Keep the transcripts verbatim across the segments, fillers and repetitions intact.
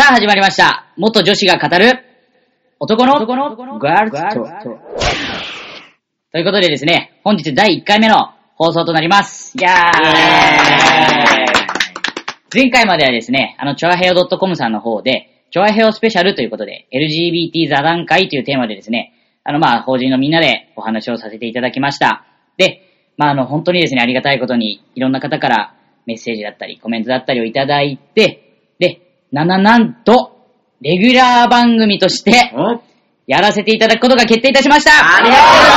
さあ始まりました。元女子が語る男のガールズトーク。ということでですね、本日だいいっかいめの放送となります。イャーイ。前回まではですね、あの、チョアヘオ .com さんの方で、チョアヘオスペシャルということで、エルジービーティー 座談会というテーマでですね、あの、まあ、法人のみんなでお話をさせていただきました。で、まあ、あの、本当にですね、ありがたいことに、いろんな方からメッセージだったり、コメントだったりをいただいて、で、なな、なんと、レギュラー番組として、やらせていただくことが決定いたしました。ありが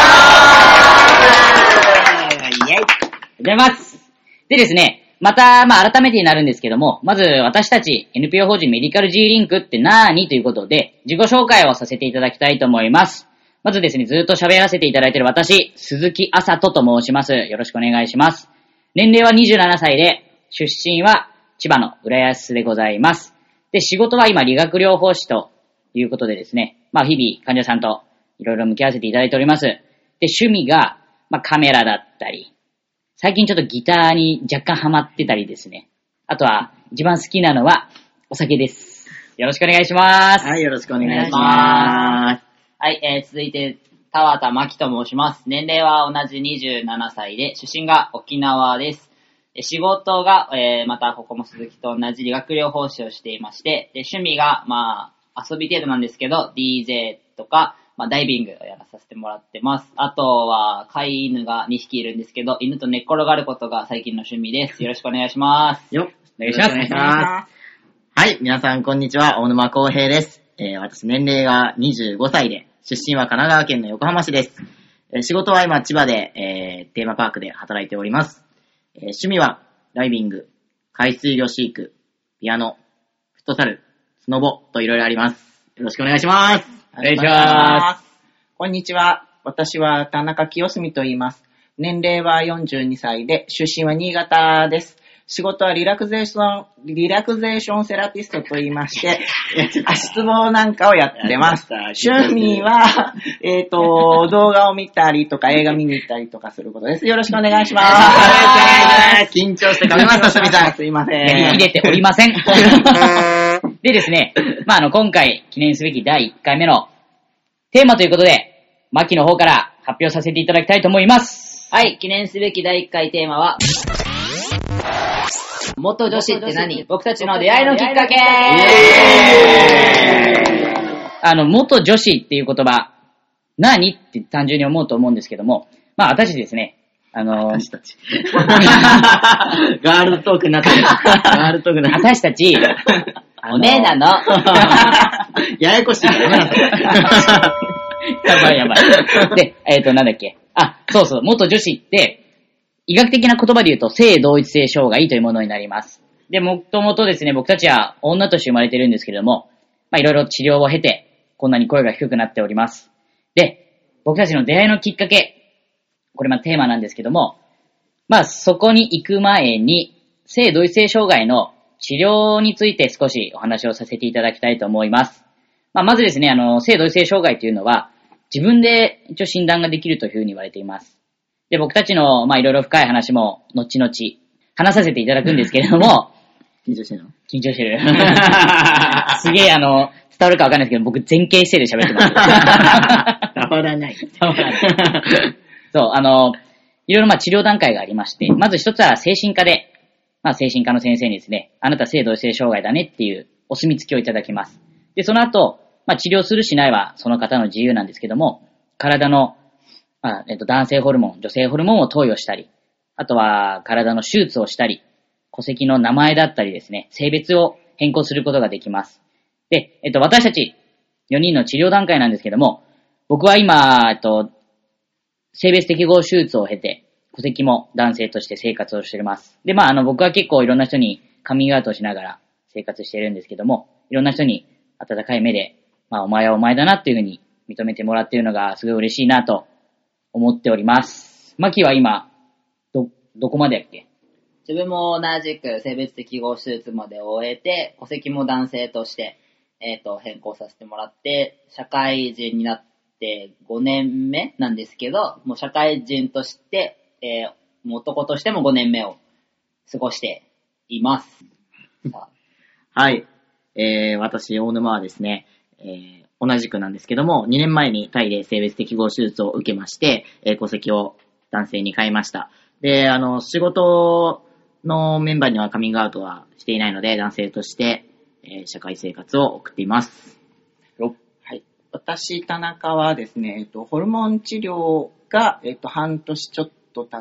とうございます。イエイ。ありがとうございます。でですね、また、まあ、改めてになるんですけども、まず私たち エヌピーオー 法人メディカル G リンクってなーにということで、自己紹介をさせていただきたいと思います。まずですね、ずっと喋らせていただいている私、鈴木あさとと申します。よろしくお願いします。年齢はにじゅうななさいで、出身は千葉の浦安でございます。で、仕事は今理学療法士ということでですね、まあ日々患者さんといろいろ向き合わせていただいております。で、趣味が、まあカメラだったり、最近ちょっとギターに若干ハマってたりですね。あとは、一番好きなのはお酒です。よろしくお願いします。 はい、よろしくお願いします。 はい、えー、続いて、田畑真希と申します。年齢は同じにじゅうななさいで、出身が沖縄です。仕事が、えー、またここも鈴木と同じ理学療法士をしていまして、で趣味が、まあ、遊び程度なんですけど、ディージェー とか、まあ、ダイビングをやらさせてもらってます。あとは、飼い犬がにひきいるんですけど、犬と寝っ転がることが最近の趣味です。よろしくお願いします。 よっ、 お願いします。お願いします。 はい、皆さんこんにちは、大沼康平です。えー、私年齢がにじゅうごさいで、出身は神奈川県の横浜市です。えー、仕事は今千葉で、えー、テーマパークで働いております。えー、趣味は、ダイビング、海水魚飼育、ピアノ、フットサル、スノボといろいろあります。よろしくお願いします。 お願いします。 こんにちは。私は田中清澄と言います。年齢はよんじゅうにさいで、出身は新潟です。仕事はリラクゼーション、リラクゼーションセラピストと言いまして、足つぼなんかをやってます。趣味は、えっと、動画を見たりとか映画見に行ったりとかすることです。よろしくお願いします。 緊張して噛めました、趣味さん。 すいません。 やり入れておりません。でですね、まあ、あの、今回記念すべきだいいっかいめのテーマということで、マキの方から発表させていただきたいと思います。 はい、記念すべきだいいっかいテーマは、元女子って何？僕たちの出会いのきっかけ。 あの、元女子っていう言葉、何って単純に思うと思うんですけども、まあ私ですね、あの、 私たち。ガールトークになってる。ガールトークになってる。 私たち、 お姉なの。 ややこしいからやめなさい。 やばいやばい。で、えっと、なんだっけ。あ、そうそう、元女子って、医学的な言葉で言うと、性同一性障害というものになります。で、もともとですね、僕たちは女として生まれてるんですけれども、まあいろいろ治療を経て、こんなに声が低くなっております。で、僕たちの出会いのきっかけ、これまあテーマなんですけども、まあそこに行く前に、性同一性障害の治療について少しお話をさせていただきたいと思います。まあまずですね、あの、性同一性障害というのは、自分で一応診断ができるというふうに言われています。で、僕たちの、まあいろいろ深い話も、後々、話させていただくんですけれども、 緊張してるの？ 緊張してる。すげえ、あの、伝わるかわかんないですけど、僕前傾姿勢で喋ってます。 伝わらない。 伝わらない。そう、あの、いろいろまあ治療段階がありまして、まず一つは精神科で、まあ精神科の先生にですね、あなた性同一性障害だねっていうお墨付きをいただきます。で、その後、まあ治療するしないはその方の自由なんですけども、体の、まあ、えっと、男性ホルモン、女性ホルモンを投与したり、あとは体の手術をしたり、戸籍の名前だったりですね、性別を変更することができます。で、えっと、私たちよにんの治療段階なんですけども、僕は今、えっと、性別適合手術を経て、戸籍も男性として生活をしています。で、まあ、あの、僕は結構いろんな人にカミングアウトしながら生活しているんですけども、いろんな人に温かい目で、まあ、お前はお前だなっていうふうに認めてもらっているのがすごい嬉しいなと思っております。マキは今、ど、どこまでやっけ？ 自分も同じく性別適合手術まで終えて、戸籍も男性として、えっと、変更させてもらって、社会人になってごねんめなんですけど、もう社会人として、えー、もう男としてもごねんめを過ごしています。 はい。 えー、私、大沼はですね、えー、同じくなんですけども、にねんまえにタイで性別適合手術を受けまして、えー、戸籍を男性に変えました。で、あの、仕事のメンバーにはカミングアウトはしていないので、男性として、えー、社会生活を送っています。 はい。私、田中はですね、えっと、ホルモン治療が、えっと、半年ちょっと経って、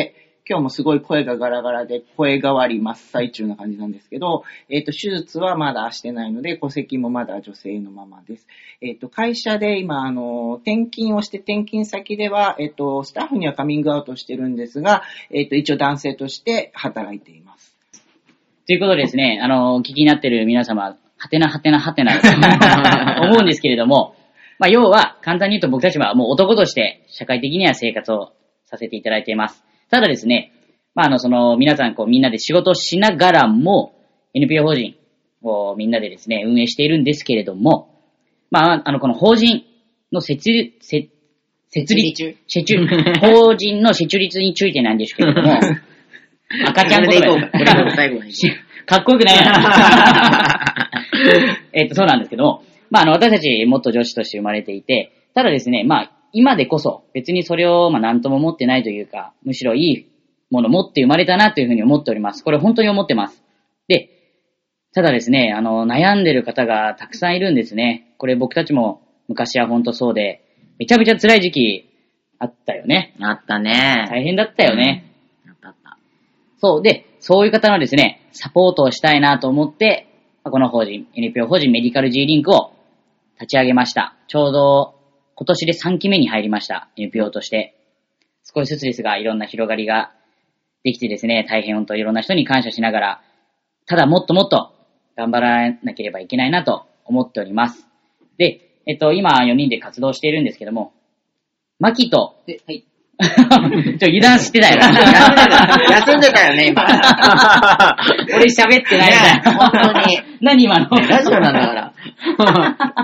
今日もすごい声がガラガラで、声変わり真っ最中な感じなんですけど、えっと、手術はまだしてないので、戸籍もまだ女性のままです。えっと、会社で今、あの、転勤をして、転勤先では、えっと、スタッフにはカミングアウトしてるんですが、えっと、一応男性として働いています。 ということでですね、あの、お聞きになってる皆様、はてなはてなはてなと思うんですけれども、まあ、要は、簡単に言うと僕たちはもう男として社会的には生活をさせていただいています。ただですね、まあ、あの、その、皆さん、こう、みんなで仕事をしながらも、エヌピーオー 法人をみんなでですね、運営しているんですけれども、まあ、あの、この法人の設立、設設立、設立、法人の設立についてなんですけれども、赤ちゃん言葉で、 これで最後に。 かっこよくないな。えっと、そうなんですけども、まあ、あの、私たち、もっと女子として生まれていて、ただですね、まあ、今でこそ、別にそれを、まあ、なんとも思ってないというか、むしろいいものを持って生まれたなというふうに思っております。これ本当に思ってます。で、ただですね、あの、悩んでる方がたくさんいるんですね。これ僕たちも昔は本当そうで、めちゃめちゃ辛い時期あったよね。 あったね。 大変だったよね。 あったあった。 そう。で、そういう方のですね、サポートをしたいなと思って、この法人、エヌピーオー 法人メディカル G リンクを立ち上げました。ちょうど今年でさんきめに入りました。エヌピーオー として。少しずつですが、いろんな広がりができてですね、大変本当いろんな人に感謝しながら、ただもっともっと頑張らなければいけないなと思っております。で、えっと、今よにんで活動しているんですけども、マキと、 で、はい。 ちょ、油断してたよ。 休んでたよね、今。 俺喋ってないねみたいな。 本当に。 何今のラジオなんだから。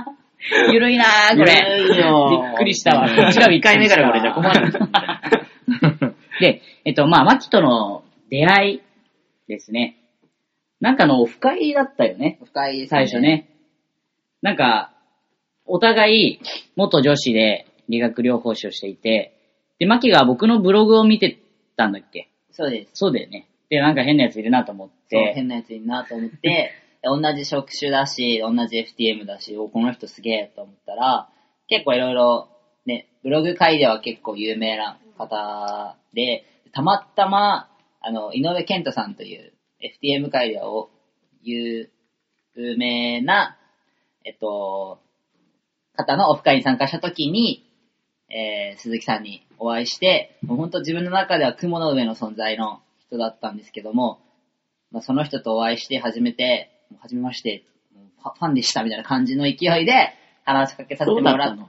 ゆるいなぁ、これ。 ゆるいよびっくりしたわ。 うちらいっかいめからこれじゃ困る。 で、えっと、まあ、マキとの出会いですね。なんかのオフ会だったよね。 オフ会ですね。 最初ね。なんか、お互い元女子で理学療法士をしていて、で、マキが僕のブログを見てたんだっけ？ そうです。 そうだよね。で、なんか変なやついるなと思っそう、 て。 変なやついるなと思って、同じ職種だし、同じ エフティーエム だし、おこの人すげえと思ったら、結構いろいろ、ね、ブログ界では結構有名な方で、たまたま、あの、井上健太さんという エフティーエム 界では有名な、えっと、方のオフ会に参加した時に、えー、鈴木さんにお会いして、もう本当自分の中では雲の上の存在の人だったんですけども、まあ、その人とお会いして初めて、初めまして、ファンでしたみたいな感じの勢いで話しかけさせてもらって、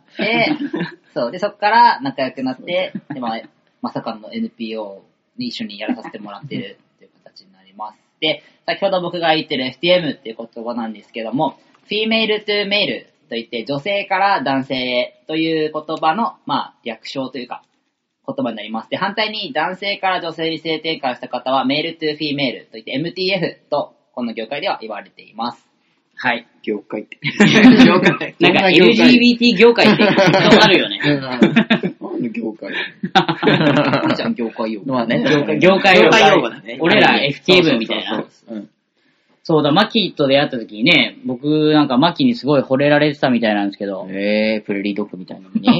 そうで、そこから仲良くなって、で、まあ、まさかの エヌピーオー に一緒にやらさせてもらってるっていう形になります。で、先ほど僕が言ってる エフティーエム っていう言葉なんですけども、フィメールトゥメールといって女性から男性へという言葉の、まあ、略称というか、言葉になります。で、反対に男性から女性に性転換した方はメールトゥフィメールといって エムティーエフ とこの業界では言われています。 はい。 業界って。 業界。なんか エルジービーティー 業界ってそうあるよね。 何業界いいじゃん、業界用語。 まあね、 業界、業界用語。 業界用語だね。 俺ら エフティーエム みたいな。そうだ、マキと出会った時にね、僕なんかマキにすごい惚れられてたみたいなんですけど。 えー、プレリードッグみたいなのに。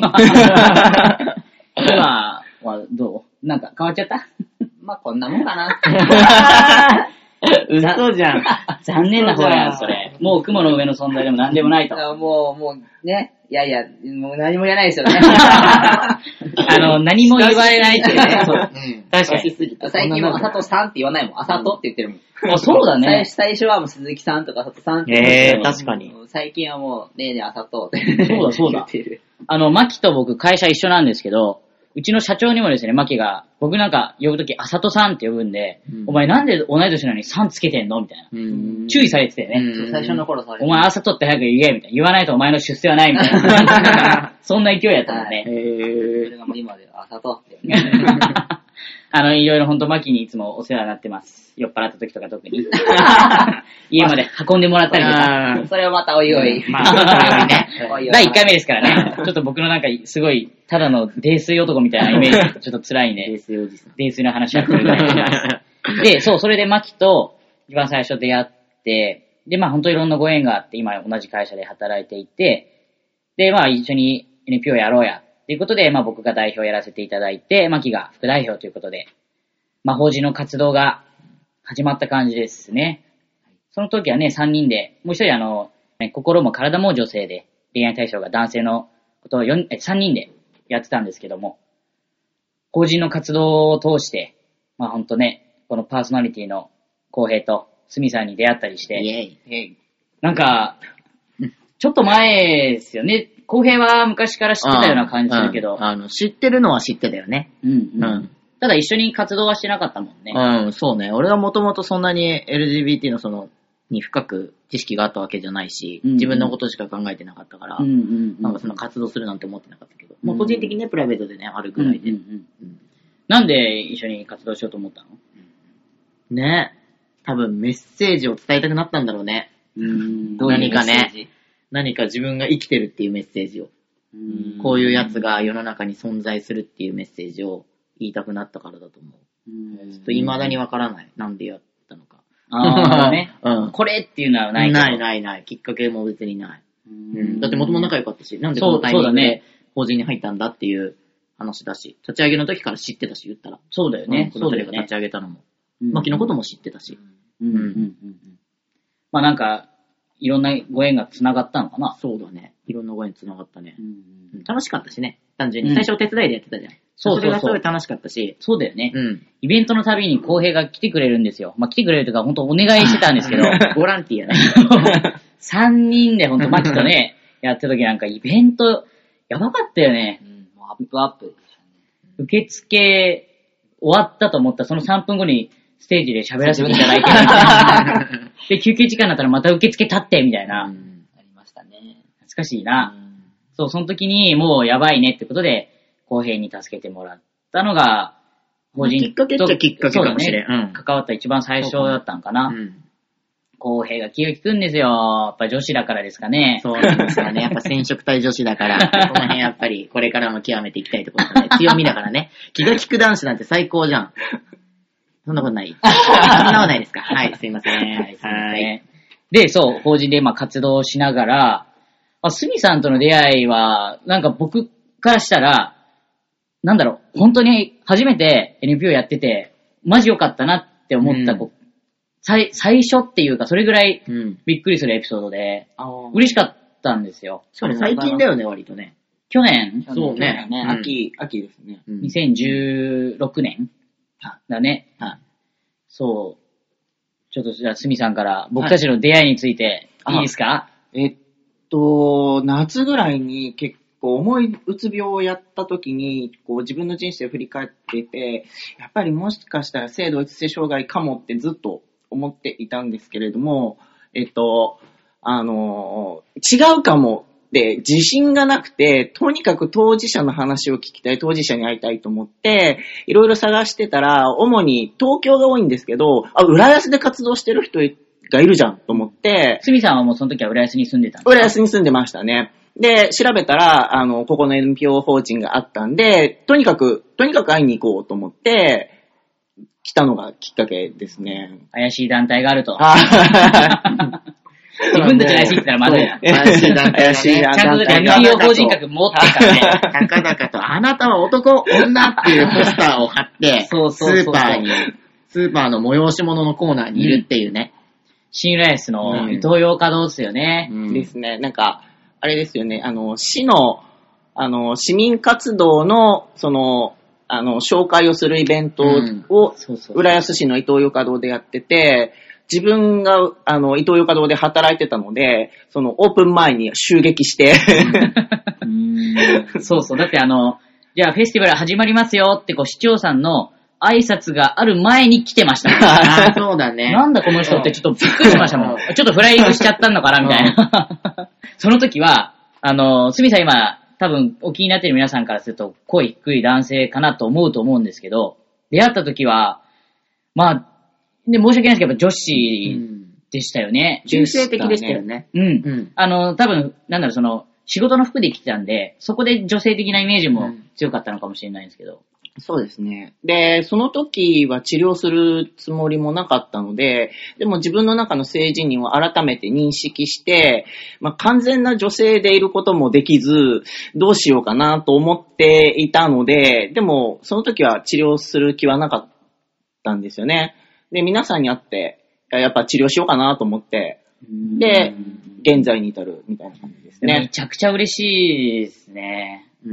今はどう？なんか変わっちゃった？ まあ、こんなもんかな。 嘘じゃん。 残念な方やん、それ。もう雲の上の存在でも何でもないと。 もう、もう、ね。いやいや、もう何も言えないですよね。 あの、何も言われないっていうね。そう。確かに。 最近もあさとさんって言わないもん。あさとって言ってるもん。 あ、そうだね。 最初はもう鈴木さんとかあさとさんって言ってる。 えー、確かに。 最近はもう、ねえねえあさとって。 そうだそうだ。あの、マキと僕会社一緒なんですけど、うちの社長にもですね、マキが、僕なんか呼ぶとき、あさとさんって呼ぶんで、うん、お前なんで同い年なのにさんつけてんのみたいな。うん、注意されててね。 うん、最初の頃されてお前あさとって早く言えみたいな。言わないとお前の出世はないみたいな。そんな勢いやったんだね。 へ、はい、それがもう今であさとって。 あの、いろいろ本当マキにいつもお世話になってます。酔っ払った時とか特に。家まで運んでもらったりとか。 それをまたおいおい。 まあ、ね。 だいいっかいめですからね。ちょっと僕のなんかすごい、ただの泥酔男みたいなイメージ、ちょっと辛いね。 泥酔おじさん。 泥酔の話はこれぐらいにします。で、そう、それでマキと一番最初出会って、で、まあ本当いろんなご縁があって、今同じ会社で働いていて、で、まあ一緒に エヌピーオー やろうや。ということで、まあ僕が代表をやらせていただいて、マキが副代表ということで、まあ法人の活動が始まった感じですね。その時はね、さんにんで、もう一人あの、ね、心も体も女性で、恋愛対象が男性のことをよんえさんにんでやってたんですけども、法人の活動を通して、まあほんとね、このパーソナリティの浩平とスミさんに出会ったりして、 イェイ。 イェイ。 なんか、ちょっと前ですよね。浩平は昔から知ってたような感じするけど。 うんあの、知ってるのは知ってたよね。 うん、うん、 うんただ一緒に活動はしてなかったもんね。 うん、そうね。俺はもともとそんなに エルジービーティー のその、に深く知識があったわけじゃないし、 うんうん自分のことしか考えてなかったから、 うんうんうん、 なんかその活動するなんて思ってなかったけど、 うんもう個人的にね、プライベートでね、あるぐらいで。 うんうんうんなんで一緒に活動しようと思ったの？ ね。多分メッセージを伝えたくなったんだろうね。 うんどういうメッセージ何かね。何か自分が生きてるっていうメッセージを。こういうやつが世の中に存在するっていうメッセージを言いたくなったからだと思う。 うんちょっと未だにわからない。なんでやったのか。 ああ、ね。 うん。 これっていうのはないけど。 ないないない。きっかけも別にない。 ううんん。だって元も仲良かったし、なんでこのタイミングで法人に入ったんだっていう話だし、立ち上げの時から知ってたし、言ったら。 そうだよね。 こそうだよねの二人が立ち。上げたのも。 うんマキのことも知ってたし。 うんうんうんうん。まあなんか、いろんなご縁が繋がったのかな。 そうだね。いろんなご縁繋がったねう。んうん楽しかったしね。単純に。 うん最初お手伝いでやってたじゃん。 そうそうそうそれがすごい楽しかったし。 そうだよね。 うん。 イベントのたびに公平が来てくれるんですよ。まあ来てくれるというか、本当お願いしてたんですけど、 ボランティアね。 さんにんで本当マキとね、やってる時なんかイベント、やばかったよね。 うん、もうアップアップでしたね。 受付終わったと思ったらそのさんぷんごにステージで喋らせていただいてで、休憩時間になったらまた受付立ってみたいな。 うんありましたね。 懐かしいな。 うんそう、その時にもうやばいねってことで、公平に助けてもらったのが、法人ときっかけっちゃきっかけかもしれんそうだねうん関わった一番最初だったんかな。 うん。 公平が気を利くんですよ。やっぱ女子だからですかね。 そうなんですよね。やっぱ染色体女子だから、この辺やっぱりこれからも極めていきたいところだね。強みだからね。気が利く男子なんて最高じゃん。そんなことない。そんなことないですか。はい、すいません。 はい、すいまはせん。で、そう、法人でまあ活動しながら、あ、スミさんとの出会いは、なんか僕からしたら、なんだろう、本当に初めて エヌピーオー やってて、マジ良かったなって思った、 うんこう最、最初っていうか、それぐらいうん。 びっくりするエピソードで、 あー嬉しかったんですよ。 しかも最近だよね、割とね。 去年、 そうねねうん秋、秋ですね。 うんにせんじゅうろくねんだね。 はいそう。ちょっとじゃあ、スミさんから僕たちの出会いについて、 はいいいですか？ えっと、夏ぐらいに結構重いうつ病をやった時に、こう自分の人生を振り返っていて、やっぱりもしかしたら性同一性障害かもってずっと思っていたんですけれども、えっと、あの、違うかもって自信がなくて、とにかく当事者の話を聞きたい、当事者に会いたいと思って、いろいろ探してたら、主に東京が多いんですけど、あ、浦安で活動してる人がいるじゃんと思って、 スミさんはもうその時は浦安に住んでたんですか？ 浦安に住んでましたね。で、調べたら、あの、ここの エヌピーオー 法人があったんで、とにかく、とにかく会いに行こうと思って、来たのがきっかけですね。 怪しい団体があると。 あ自分たち怪しいって言ったらまずいな。 怪しい団体がね怪しい団ちゃんと体エヌピーオー 法人格持ってからね。 高々と、あなたは男、女っていうポスターを貼って、 そうそうそうそうスーパーに、スーパーの催し物のコーナーにいるっていうね。 新浦安のうん伊東洋華堂ですよね。 うんですね。なんか、あれですよね。あの、市の、あの、市民活動の、その、あの、紹介をするイベントうんを、 そうそう。 浦安市の伊東洋華堂でやってて、自分が、あの、伊東洋華堂で働いてたので、その、オープン前に襲撃して、 うーんそうそう。だってあの、じゃあフェスティバル始まりますよってこう市長さんの挨拶がある前に来てました。 ああ、そうだね。 なんだこの人ってちょっとびっくりしましたもん。ちょっとフライングしちゃったのかなみたいな。その時は、あの、すみさん今、多分お気になっている皆さんからすると声低い男性かなと思うと思うんですけど、 出会った時は、まあ、で、申し訳ないですけど、女子でしたよね。 中性的でしたよね。 うん。 うん。 あの、多分、なんだろう、その、仕事の服で来てたんで、そこで女性的なイメージも強かったのかもしれないんですけど。 そうですね。で、その時は治療するつもりもなかったので、でも自分の中の性自認を改めて認識して、まあ、完全な女性でいることもできず、どうしようかなと思っていたので、でもその時は治療する気はなかったんですよね。で、皆さんに会って、やっぱ治療しようかなと思って、で、現在に至るみたいな感じですね。 めちゃくちゃ嬉しいですね。 うん。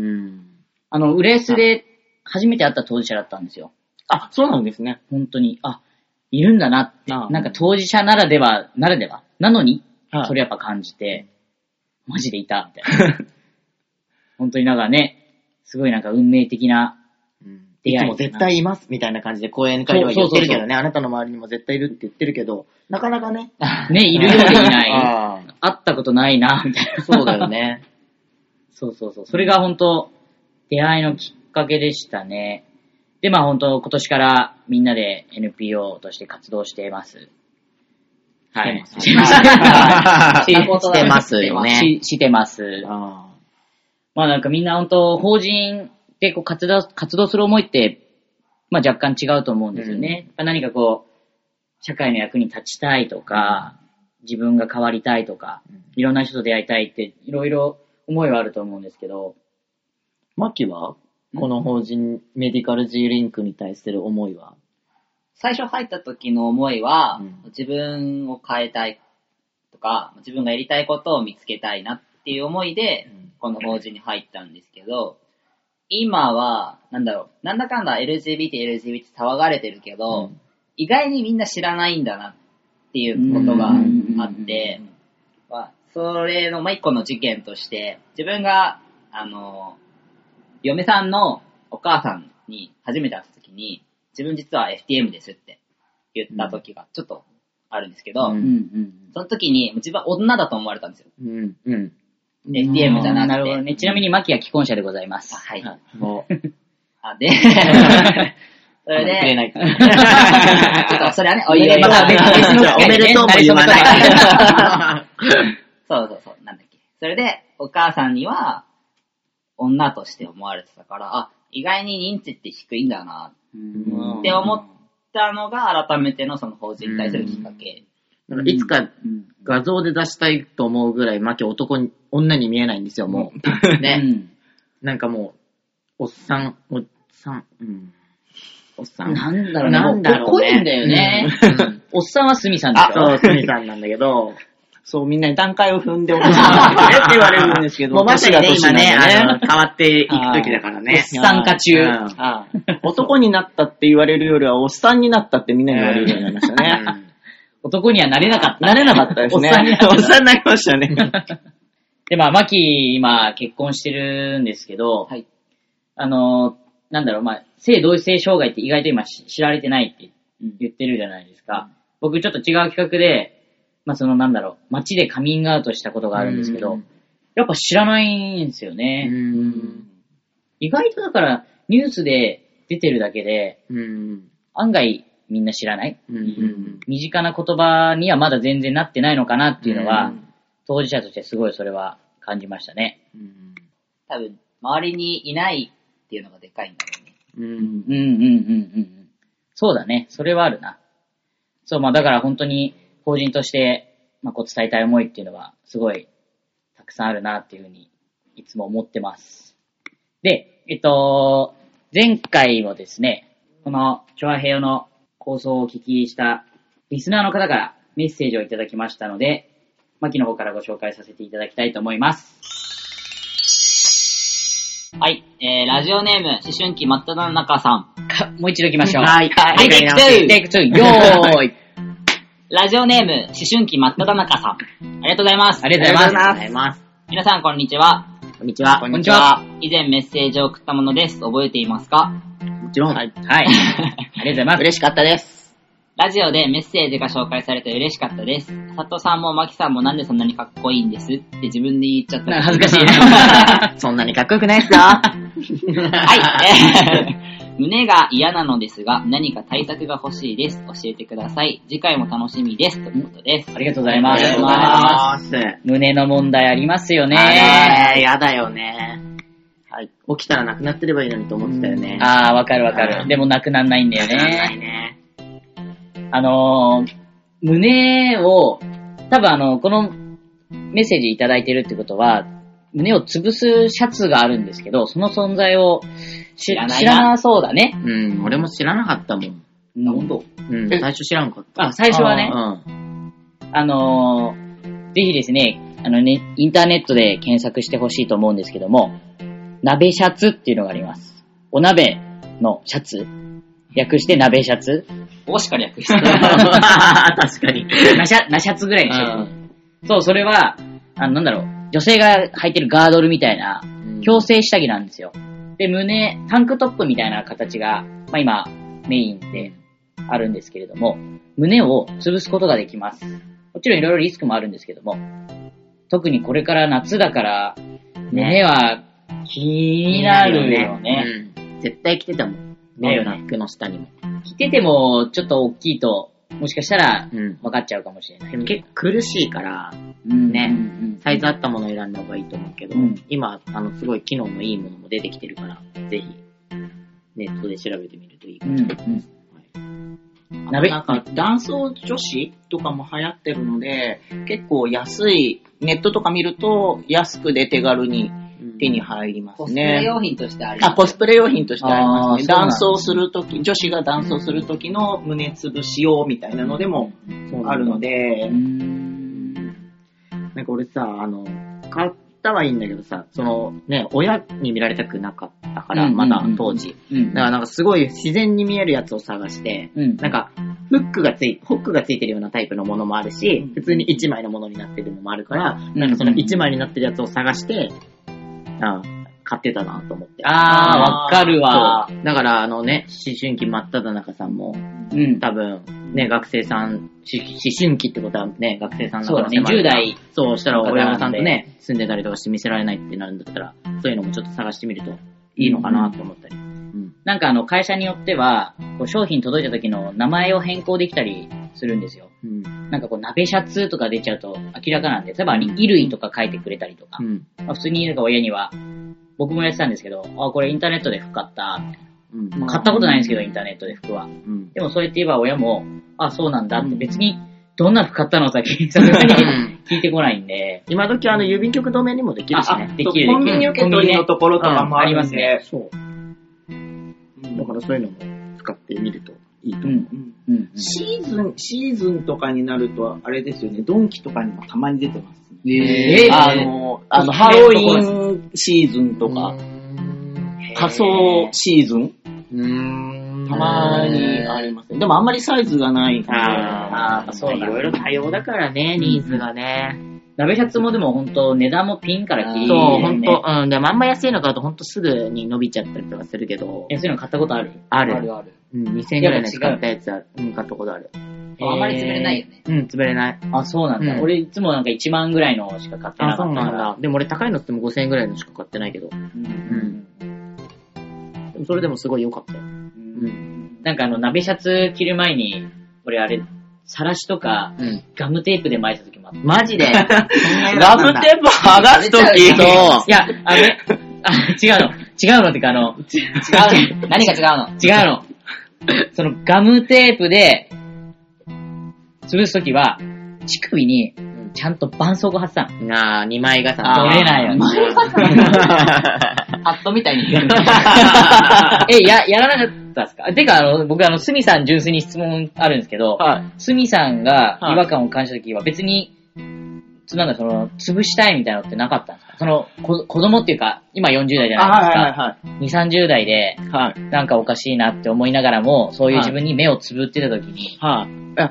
あの、浦安で初めて会った当事者だったんですよ。 あ、そうなんですね。 本当に。あ、いるんだなって。 ああなんか当事者ならでは、ならでは。なのに、 はいそれやっぱ感じて、マジでいた、みたいな。本当になんかね、すごいなんか運命的な出会い。 いつも絶対いますみたいな感じで講演会では言ってるけどね、あなたの周りにも絶対いるって言ってるけど、なかなかね。 ね、いるようでいない。 ああ会ったことないな、みたいな。 そうだよね。 そうそうそう。それが本当、出会いのきっかけでしたね。で、まあ本当、今年からみんなで エヌピーオー として活動しています。 はい。 してます。 ししてますよね。 ししてます。 あまあなんかみんな本当、法人でこう活動、活動する思いって、まあ若干違うと思うんですよね。うん、何かこう、社会の役に立ちたいとか、自分が変わりたいとか、いろんな人と出会いたいって、いろいろ思いはあると思うんですけど。 マキはこの法人メディカル G リンクに対する思いは最初入った時の思いは、 うん自分を変えたいとか、自分がやりたいことを見つけたいなっていう思いで、 うんこの法人に入ったんですけど、今は、なんだろう、なんだかんだ エルジービーティー、エルジービーティー 騒がれてるけど、 うん意外にみんな知らないんだなっていうことがあって、まあそれのまあ一個の事件として、自分が、あの、嫁さんのお母さんに初めて会った時に、自分実は エフティーエム ですって言った時がちょっとあるんですけど、 うんうんうんその時に自分は女だと思われたんですよ。 うん。うん。 エフティーエム じゃなくて。 なるほどね。ちなみにマキは既婚者でございます。 はい。 もう、 あで、それで、 くれないから。 ちょっとそれはね、おいおい。 また別別の機会でねおめでとうも言わない。 そうそうそう、なんだっけ。それで、お母さんには、女として思われてたから、あ、意外に認知って低いんだな、 うんって思ったのが、改めてのその法人に対するきっかけ。 だからいつかうん画像で出したいと思うぐらい、マキ男に、女に見えないんですよ、もう。 うね。 んなんかもう、おっさん、おっさん、うん。おっさん。 なんだろうね。 なんだろうね。 濃いんだよね。 うんおっさんはスミさんでしあ、 ょ。 そう、スミさんなんだけど、 そう、みんなに段階を踏んでおくって言われるんですけど。 もうまさにね、今ね、あの、 の、 変わっていく時だからね。 おっさん化中。 うんああ男になったって言われるよりは、おっさんになったってみんなに言われるようになりましたね。 男にはなれなかった。 なれなかったですね。 おっさんになったおっさんになりましたね。 で、まあ、マキ、今、結婚してるんですけど、 はい。 あの、なんだろう、まあ、性同一性障害って意外と今し知られてないって言ってるじゃないですか。僕ちょっと違う企画で、まあ、そのなんだろう、街でカミングアウトしたことがあるんですけど、 うんやっぱ知らないんですよね。 うん意外とだから、ニュースで出てるだけで、 うん案外みんな知らない、 うんうん身近な言葉にはまだ全然なってないのかなっていうのは、 うん当事者としてすごいそれは感じましたね。 うん多分、周りにいないっていうのがでかいんだろうね。 うんうんうんうんうんうん。そうだね。それはあるな。そう、まあだから本当に法人として、まあこう伝えたい思いっていうのはすごいたくさんあるなっていうふうにいつも思ってます。で、えっと、前回もですね、このチョアヘヨの放送をお聞きしたリスナーの方からメッセージをいただきましたので、マキの方からご紹介させていただきたいと思います。 はい。えー、ラジオネーム、思春期真っ只中さん。 かもう一度行きましょう。 はいはい、テイクツーテイクツーよーいラジオネーム、思春期真っ只中さん。ありがとうございます。 ありがとうございます。 ありがとうございます。 皆さん、こんにちは。 こんにちは。 こんにちは。 以前メッセージを送ったものです。覚えていますか？ もちろん。 はい。はい。ありがとうございます。 嬉しかったです。 ラジオでメッセージが紹介されて嬉しかったです。佐藤さんもマキさんもなんでそんなにかっこいいんですって自分で言っちゃった。 なんか恥ずかしいはそんなにかっこよくないっすよ。 い。えー胸が嫌なのですが、何か対策が欲しいです。教えてください。次回も楽しみです。ということです。 ありがとうございます。 ありがとうございます。 胸の問題ありますよね。 あれ、やだよね。はい。起きたらなくなってればいいのにと思ってたよね。 あー、わかるわかる。でもなくなんないんだよね。 なくなんないね。 あのー、胸を、多分あの、このメッセージいただいてるってことは、胸を潰すシャツがあるんですけど、その存在を知らない知らなそうだね。 うん、俺も知らなかったもん。 うん、本当。 うん、最初知らんかった。 あ、最初はね。 うん。 あのー、ぜひですね、あのね、インターネットで検索してほしいと思うんですけども、鍋シャツっていうのがあります。お鍋のシャツ略して鍋シャツおしか略して。 確かに。 なシャ、なシャツぐらいにしとく。そう、それは、あの、なんだろう、女性が履いてるガードルみたいな、矯正下着なんですよ。で、胸、タンクトップみたいな形が、まあ今、メインであるんですけれども、胸を潰すことができます。もちろんいろいろリスクもあるんですけども、特にこれから夏だから、胸は気になるよね。 うん、絶対着てたもん。ねよな、服の下にも。 着てても、ちょっと大きいと、もしかしたら、分かっちゃうかもしれない。 でも結構苦しいから、 うんね、 うん、 サイズ合ったものを選んだ方がいいと思うけど、うん、今、あの、すごい機能のいいものも出てきてるから、ぜひ、ネットで調べてみるといいかもしれない。うんうんはい、なんか、男装女子とかも流行ってるので、結構安い、ネットとか見ると、安くで手軽に手に入りますね。コスプレ用品としてあります。 あ、コスプレ用品としてありますね。男装するとき、女子が男装するときの胸つぶし用みたいなのでもあるので、 うん、なんか俺さ、あの、買ったはいいんだけどさ、そのね、親に見られたくなかったから、まだ当時。だからなんかすごい自然に見えるやつを探して、うん、なんか、フックがつい、ホックがついてるようなタイプのものもあるし、普通にいちまいのものになってるのもあるから、なんかそのいちまいになってるやつを探して、あ買ってたなと思って。 あー、わかるわ。 だから、あのね、思春期真っ只中さんも、うん、多分、ね、学生さん、思春期ってことはね、学生さんだからそうだね、じゅう代。 そうしたら親御さんとね、住んでたりとかして見せられないってなるんだったら、そういうのもちょっと探してみるといいのかなと思ったり。うんうん、なんかあの、会社によっては、こう商品届いた時の名前を変更できたりするんですよ。うん、なんかこう、鍋シャツとか出ちゃうと明らかなんで、例えば、衣類とか書いてくれたりとか、うんまあ、普通になんか親には、僕もやってたんですけど、あ、これインターネットで服買った、みたいな。うんまあ、買ったことないんですけど、インターネットで服は。うん、でもそうやって言えば親も、あ、そうなんだって別に、どんな服買ったのさ、さすがに聞いてこないんで。 今時あの、郵便局止めにもできるしね。 できる。 コンビニ受け取りのところとかもありますね。 そう。だからそういうのも使ってみるといいと思う。うんうん、シーズン、シーズンとかになると、あれですよね、ドンキとかにもたまに出てますね。 えー、 あの、あの、ハロウィンシーズンとか、仮装シーズンうーんたまにありますね。でもあんまりサイズがないから。 ああ、そうだ。いろいろ多様だからね、ニーズがね。 鍋シャツもでも本当値段もピンから切り、 ね、そう、本当うん。でもあんま安いの買うと本当すぐに伸びちゃったりとかするけど。 安いの買ったことあるある。 あるある。 うん、にせんえんぐらいのやつ買ったやつは、うん、買ったことある。 あんまり潰れないよね。 うん、潰れない。 あ、そうなんだ。うん、俺いつもなんかいちまんぐらいのしか買ってなかったから。あ、そうなんだ。 でも俺高いのってもごせんえんぐらいのしか買ってないけど。うん。うん、それでもすごい良かったよ。うん。 なんかあの、鍋シャツ着る前に、俺あれ、さらしとか、うん、ガムテープで巻いた時もあった。 マジでガムテープ剥がす時そう。いや、あのね、あ、違うの。違うのってかあの、 違うの。何が違うの違うの。そのガムテープで、潰すときは、乳首に、ちゃんと絆創膏貼ってたの。 なあ、二枚重ね。 取れないよね。 ハットみたいに。 え、や、やらなかったですか？てか、あの、僕あの、スミさん純粋に質問あるんですけど、はい、スミさんが違和感を感じたときは別に、なんだ、その、潰したいみたいなのってなかったんですか？その、こ子供っていうか、今よんじゅう代じゃないですか。はいはいはい、に、さんじゅう代で、はい、なんかおかしいなって思いながらも、そういう自分に目をつぶってたときに、はい、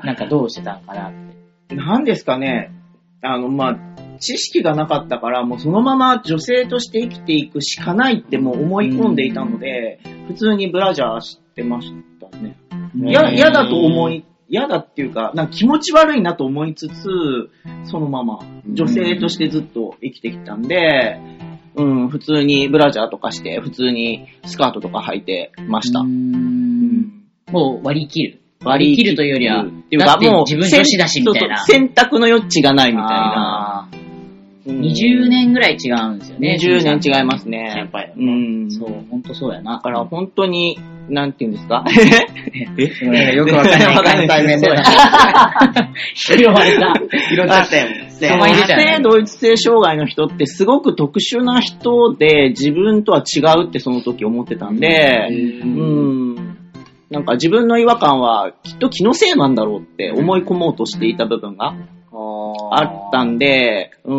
なんかどうしてたのかなって。 なんですかね。あの、まあ、知識がなかったから、もうそのまま女性として生きていくしかないってもう思い込んでいたので、普通にブラジャーしてましたね。や、嫌だと思い、嫌だっていうか、なんか気持ち悪いなと思いつつ、そのまま女性としてずっと生きてきたんで、 うん、普通にブラジャーとかして、普通にスカートとか履いてました。 うーうんんもう割り切る。 割り切るというよりは、 っていうか、もう、 自分女子だしみたいな。 選択の余地がないみたいな。 あーにじゅうねんぐらい違うんですよね。 にじゅうねん違いますね。 先輩だうね。 ん。 そう、ほんとそうやな。 だから本当に、なんていうんですかえよくわかんない関西弁で。 拾われた。 拾っちゃったよ。 名前出ちゃうね性同一性障害の人ってすごく特殊な人で自分とは違うってその時思ってたんで、 ううん。なんか自分の違和感はきっと気のせいなんだろうって思い込もうとしていた部分があったんで、うん。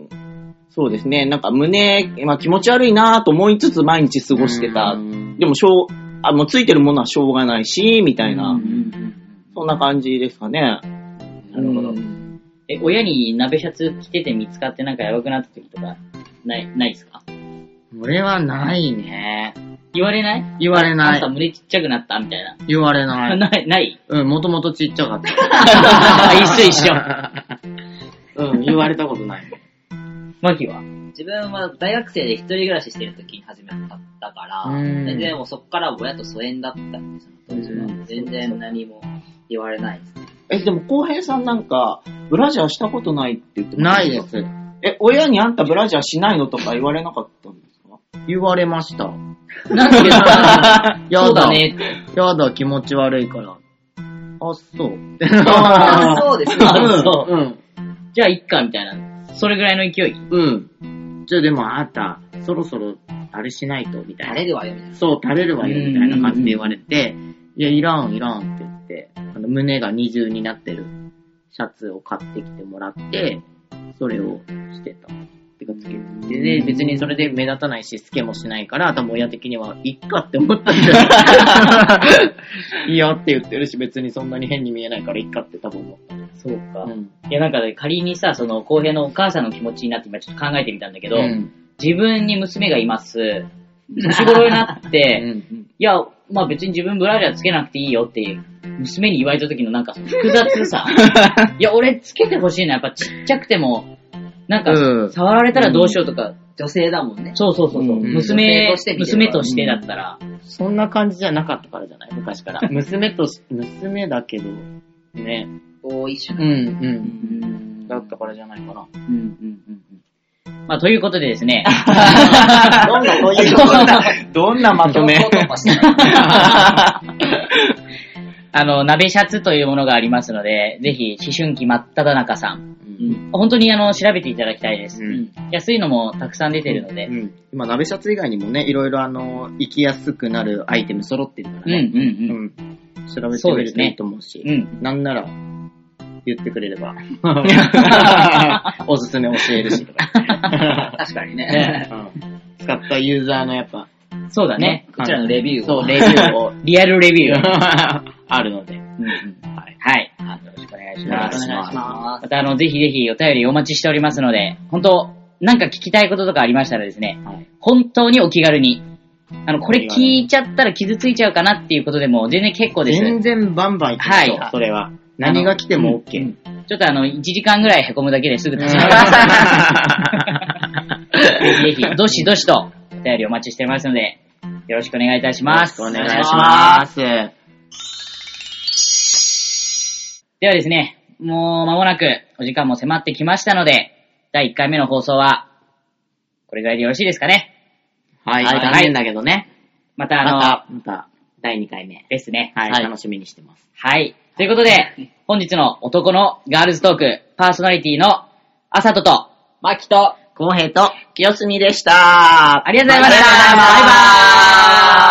そうですね。なんか胸、まあ気持ち悪いなと思いつつ毎日過ごしてた。でもしょう、あ、もうついてるものはしょうがないし、みたいな。そんな感じですかね。 なるほど。え、親に鍋シャツ着てて見つかってなんかやばくなった時とか、ない、ないですか？ 俺はないね。 言われない？ 言われあなんいた。胸ちっちゃくなったみたいな。 言われない。 ない、ないうん、もともとちっちゃかった。 一緒一緒。 うん、言われたことない。 マキは自分は大学生で一人暮らししてる時に始めたから、 うん全然もうそっから親と疎遠だったんで、その当時は。全然何も言われないですね。 え、でも、浩平さんなんか、ブラジャーしたことないって言ってましたないです。 え、親にあんたブラジャーしないのとか言われなかったんですか？ 言われました。 なんでですか？ やそうだだねって。 やだ、気持ち悪いから。あ、そう。 あそうですね。 あそううん。 じゃあ、いっか、みたいな。それぐらいの勢い。 うん。じゃあでもあんた、そろそろ、あれしないと、みたいな。 慣れるわよ、みたいな。 そう、垂れるわよ、みたいな感じで言われて、いや、いらん、いらんって言って、あの、胸が二重になってるシャツを買ってきてもらって、それをしてた。てかつけて。で、別にそれで目立たないし、透けもしないから、多分親的には、いっかって思ったんだよ。いやって言ってるし、別にそんなに変に見えないから、いっかって多分思った。 そうか。 うん。 いや、なんかね、仮にさ、その、公平のお母さんの気持ちになって今ちょっと考えてみたんだけど、 うん。 自分に娘がいます。年頃になって、 うんいや、まあ別に自分ブラジャーつけなくていいよって娘に言われた時のなんかその複雑さ。いや、俺つけてほしいのはやっぱちっちゃくても、なんかうん触られたらどうしようとか、 女性だもんね。 そうそうそうそう、 うん娘女性として見てるから娘としてだったら、 そんな感じじゃなかったからじゃない昔から。娘とし、娘だけど、ね。 多い種うん、う。 うんんだったからじゃないかな。 うんうんうんうんまあということでですね。 どんな、そういうどんなまとめあの、鍋シャツというものがありますので、ぜひ思春期真っ只中さん、 うん。 本当にあの、調べていただきたいです。 うん安いのもたくさん出てるので。 うん。今、鍋シャツ以外にもね、いろいろあの、生きやすくなるアイテム揃ってるからうんうんね。 うん。 うん。調べてみるといいと思うし。 うん。 なんなら、言ってくれれば。おすすめ教えるしとか。 確かにねね。 うん使ったユーザーのやっぱ、 そうだね。 こちらのレビューを。 そう、レビューをリアルレビュー。 あるので。 うんうんはい。はい。よろしくお願いします。 お願いしままたあの、ぜひぜひお便りお待ちしておりますので、本当なんか聞きたいこととかありましたらですね、 はい本当にお気軽に、あの、これ聞いちゃったら傷ついちゃうかなっていうことでも全然結構です。 全然バンバンいってはいそう、それは。何が来ても OK。 うんちょっとあの、いちじかんぐらい凹むだけですぐ立ち直ります。ぜひぜひ、どしどしとお便りお待ちしてますので、よろしくお願いいたします。 お願いします。 ではですね、もう間もなくお時間も迫ってきましたので、だいいっかいめの放送は、これぐらいでよろしいですかね。 はい、 はい残念だけどね。 またあの、 また、また、だいにかいめ。 ですね。 はい、 はい。 楽しみにしてます。 はい。ということで、本日の男のガールズトーク、パーソナリティのあさとと、 マキと、 公平と、 清澄でした。 ありがとうございました。 バイバーイバイバーイ